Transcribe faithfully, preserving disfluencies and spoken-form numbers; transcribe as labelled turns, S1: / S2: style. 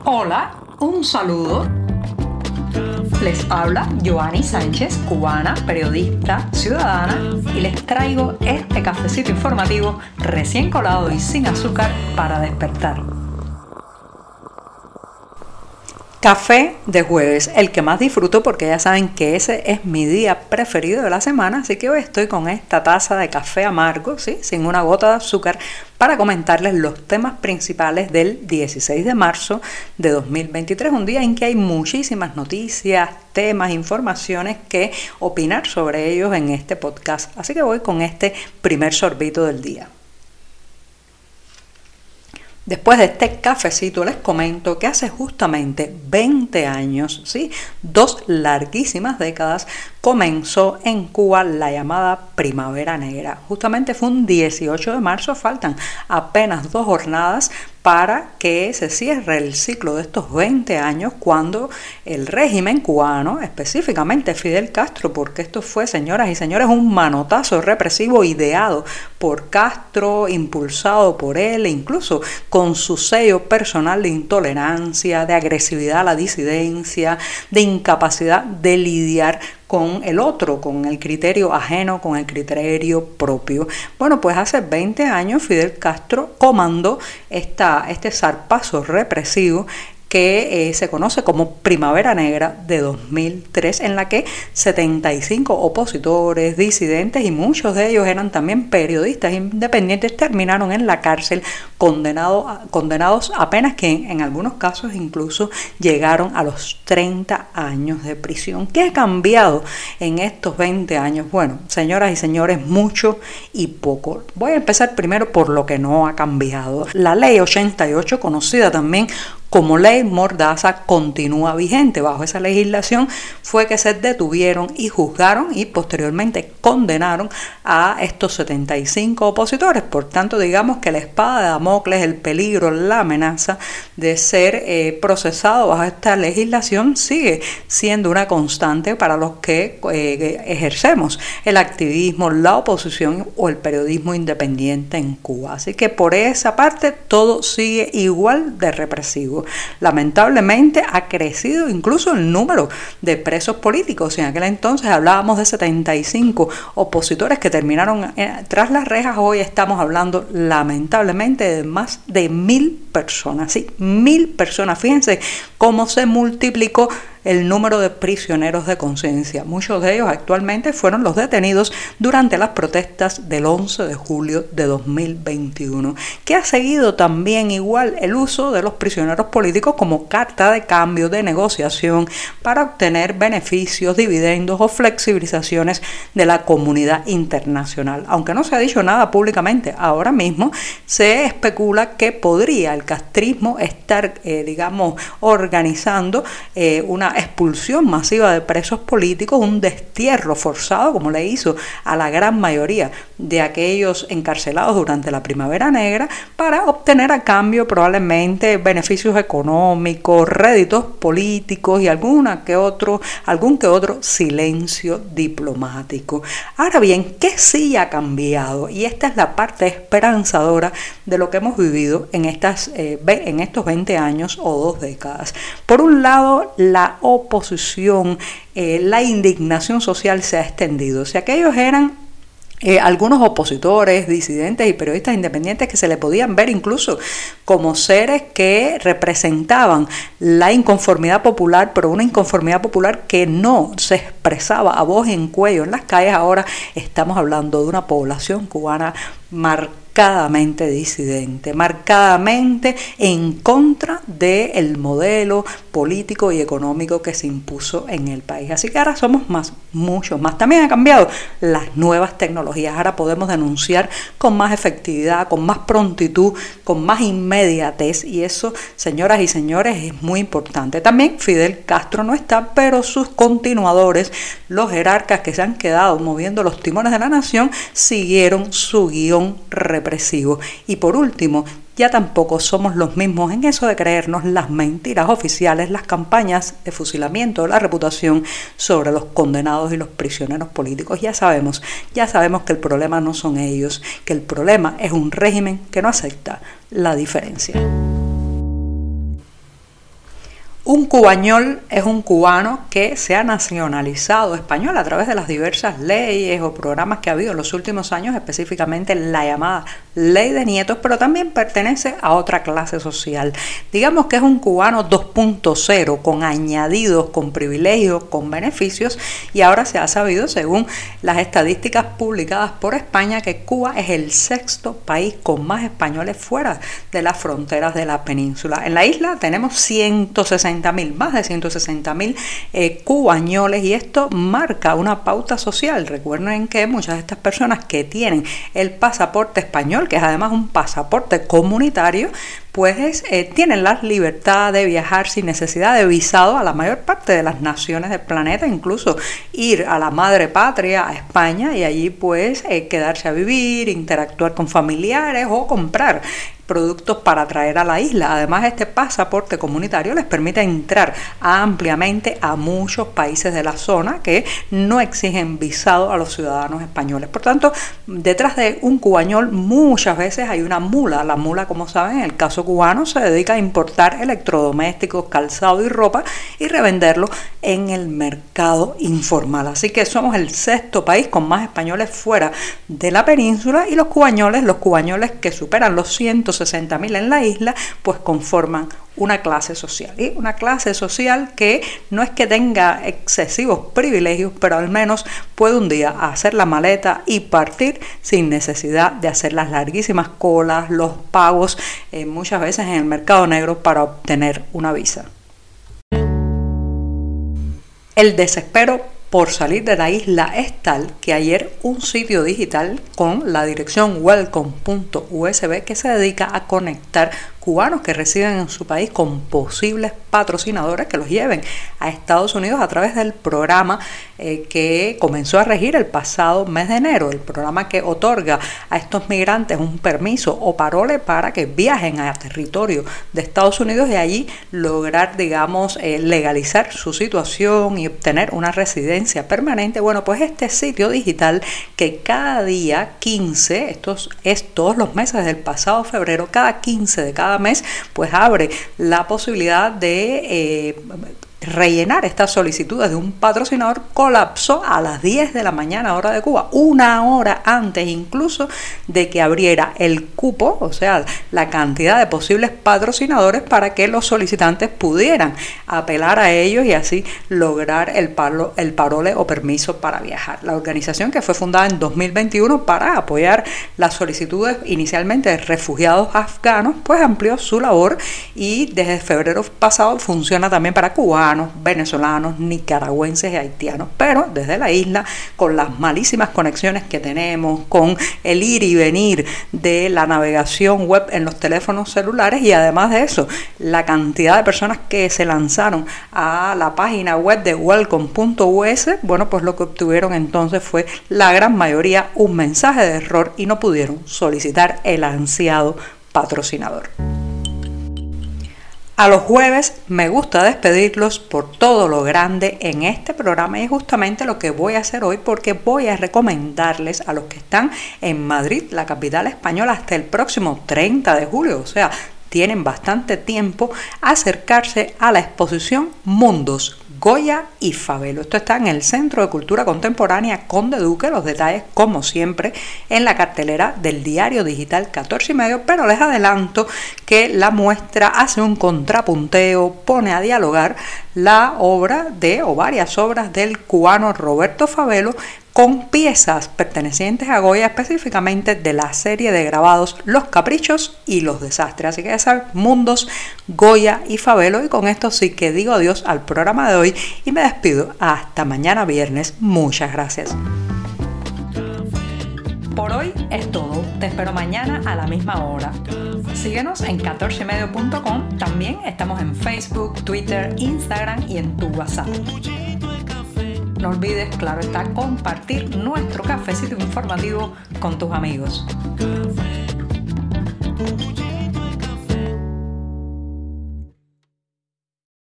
S1: Hola, un saludo. Les habla Joanny Sánchez, cubana, periodista, ciudadana, y les traigo este cafecito informativo recién colado y sin azúcar para despertar. Café de jueves, el que más disfruto porque ya saben que ese es mi día preferido de la semana, así que hoy estoy con esta taza de café amargo, ¿sí? Sin una gota de azúcar, para comentarles los temas principales del dieciséis de marzo de dos mil veintitrés, un día en que hay muchísimas noticias, temas, informaciones que opinar sobre ellos en este podcast, así que voy con este primer sorbito del día. Después de este cafecito les comento que hace justamente veinte años, ¿sí? Dos larguísimas décadas, comenzó en Cuba la llamada Primavera Negra. Justamente fue un dieciocho de marzo, faltan apenas dos jornadas para que se cierre el ciclo de estos veinte años, cuando el régimen cubano, específicamente Fidel Castro, porque esto fue, señoras y señores, un manotazo represivo ideado por Castro, impulsado por él, e incluso con su sello personal de intolerancia, de agresividad a la disidencia, de incapacidad de lidiar con el otro, con el criterio ajeno, con el criterio propio. Bueno, pues hace veinte años Fidel Castro comandó esta, este zarpazo represivo que eh, se conoce como Primavera Negra de dos mil tres, en la que setenta y cinco opositores, disidentes y muchos de ellos eran también periodistas independientes, terminaron en la cárcel condenado, condenados apenas que en, en algunos casos incluso llegaron a los treinta años de prisión. ¿Qué ha cambiado en estos veinte años? Bueno, señoras y señores, mucho y poco. Voy a empezar primero por lo que no ha cambiado. La ley ochenta y ocho, conocida también como ley Mordaza, continúa vigente. Bajo esa legislación fue que se detuvieron y juzgaron y posteriormente condenaron a estos setenta y cinco opositores. Por tanto, digamos que la espada de Damocles, el peligro, la amenaza de ser eh, procesado bajo esta legislación sigue siendo una constante para los que eh, ejercemos el activismo, la oposición o el periodismo independiente en Cuba. Así que por esa parte todo sigue igual de represivo. Lamentablemente ha crecido incluso el número de presos políticos. En aquel entonces hablábamos de setenta y cinco opositores que terminaron tras las rejas. Hoy estamos hablando lamentablemente de más de mil personas. Sí, mil personas. Fíjense cómo se multiplicó el número de prisioneros de conciencia. Muchos de ellos actualmente fueron los detenidos durante las protestas del once de julio de dos mil veintiuno, que ha seguido también igual el uso de los prisioneros políticos como carta de cambio, de negociación, para obtener beneficios, dividendos o flexibilizaciones de la comunidad internacional. Aunque no se ha dicho nada públicamente ahora mismo, se especula que podría el castrismo estar, eh, digamos, organizando eh, una expulsión masiva de presos políticos, un destierro forzado, como le hizo a la gran mayoría de aquellos encarcelados durante la Primavera Negra, para obtener a cambio probablemente beneficios económicos, réditos políticos y alguna que otro, algún que otro silencio diplomático. Ahora bien, ¿qué sí ha cambiado? Y esta es la parte esperanzadora de lo que hemos vivido en, estas, eh, en estos veinte años o dos décadas. Por un lado, la oposición, eh, la indignación social se ha extendido. Si aquellos eran Eh, algunos opositores, disidentes y periodistas independientes que se le podían ver incluso como seres que representaban la inconformidad popular, pero una inconformidad popular que no se expresaba a voz en cuello en las calles, ahora estamos hablando de una población cubana marcadamente disidente, marcadamente en contra del modelo político y económico que se impuso en el país. Así que ahora somos más, muchos más. También han cambiado las nuevas tecnologías. Ahora podemos denunciar con más efectividad, con más prontitud, con más inmediatez, y eso, señoras y señores, es muy importante. También Fidel Castro no está, pero sus continuadores, los jerarcas que se han quedado moviendo los timones de la nación, siguieron su guión represivo. Y por último, ya tampoco somos los mismos en eso de creernos las mentiras oficiales, las campañas de fusilamiento de la reputación sobre los condenados y los prisioneros políticos. Ya sabemos, ya sabemos que el problema no son ellos, que el problema es un régimen que no acepta la diferencia. Un cubañol es un cubano que se ha nacionalizado español a través de las diversas leyes o programas que ha habido en los últimos años, específicamente la llamada Ley de Nietos, pero también pertenece a otra clase social. Digamos que es un cubano dos punto cero, con añadidos, con privilegios, con beneficios, y ahora se ha sabido, según las estadísticas publicadas por España, que Cuba es el sexto país con más españoles fuera de las fronteras de la península. En la isla tenemos ciento sesenta mil, más de ciento sesenta mil eh, cubañoles, y esto marca una pauta social. Recuerden que muchas de estas personas que tienen el pasaporte español, que es además un pasaporte comunitario, pues eh, tienen la libertad de viajar sin necesidad de visado a la mayor parte de las naciones del planeta, incluso ir a la madre patria, a España, y allí pues eh, quedarse a vivir, interactuar con familiares o comprar productos para traer a la isla. Además, este pasaporte comunitario les permite entrar ampliamente a muchos países de la zona que no exigen visado a los ciudadanos españoles. Por tanto, detrás de un cubañol muchas veces hay una mula. La mula, como saben, en el caso cubano se dedica a importar electrodomésticos, calzado y ropa y revenderlo en el mercado informal. Así que somos el sexto país con más españoles fuera de la península, y los cubañoles, los cubañoles que superan los ciento sesenta mil en la isla, pues conforman una clase social, y una clase social que no es que tenga excesivos privilegios, pero al menos puede un día hacer la maleta y partir sin necesidad de hacer las larguísimas colas, los pagos eh, muchas veces en el mercado negro para obtener una visa. El desespero por salir de la isla es tal que ayer un sitio digital con la dirección welcome punto u s b, que se dedica a conectar cubanos que residen en su país con posibles patrocinadores que los lleven a Estados Unidos a través del programa eh, que comenzó a regir el pasado mes de enero, el programa que otorga a estos migrantes un permiso o parole para que viajen a territorio de Estados Unidos y allí lograr, digamos, eh, legalizar su situación y obtener una residencia permanente. Bueno, pues este sitio digital, que cada día quince, esto es todos los meses del pasado febrero, cada quince de cada mes, pues abre la posibilidad de eh, rellenar estas solicitudes de un patrocinador, colapsó a las diez de la mañana hora de Cuba, una hora antes incluso de que abriera el cupo, o sea, la cantidad de posibles patrocinadores, para que los solicitantes pudieran apelar a ellos y así lograr el, paro, el parole o permiso para viajar. La organización, que fue fundada en dos mil veintiuno para apoyar las solicitudes inicialmente de refugiados afganos, pues amplió su labor y desde febrero pasado funciona también para cubanos, venezolanos, nicaragüenses y haitianos. Pero desde la isla, con las malísimas conexiones que tenemos, con el ir y venir de la navegación web en los teléfonos celulares, y además de eso, la cantidad de personas que se lanzaron a la página web de welcome punto u s, bueno, pues lo que obtuvieron entonces fue la gran mayoría un mensaje de error y no pudieron solicitar el ansiado patrocinador. A los jueves me gusta despedirlos por todo lo grande en este programa, y es justamente lo que voy a hacer hoy, porque voy a recomendarles a los que están en Madrid, la capital española, hasta el próximo treinta de julio, o sea, tienen bastante tiempo, acercarse a la exposición Mundos, Goya y Fabelo. Esto está en el Centro de Cultura Contemporánea Conde Duque. Los detalles, como siempre, en la cartelera del diario digital catorce y medio, pero les adelanto que la muestra hace un contrapunteo, pone a dialogar la obra de, o varias obras del cubano Roberto Fabelo, con piezas pertenecientes a Goya, específicamente de la serie de grabados Los Caprichos y Los Desastres. Así que ya saben, Mundos, Goya y Fabelo. Y con esto sí que digo adiós al programa de hoy y me despido hasta mañana viernes. Muchas gracias. Por hoy es todo. Te espero mañana a la misma hora. Síguenos en catorce y medio punto com. También estamos en Facebook, Twitter, Instagram y en tu WhatsApp. No olvides, claro está, compartir nuestro cafecito informativo con tus amigos. Café.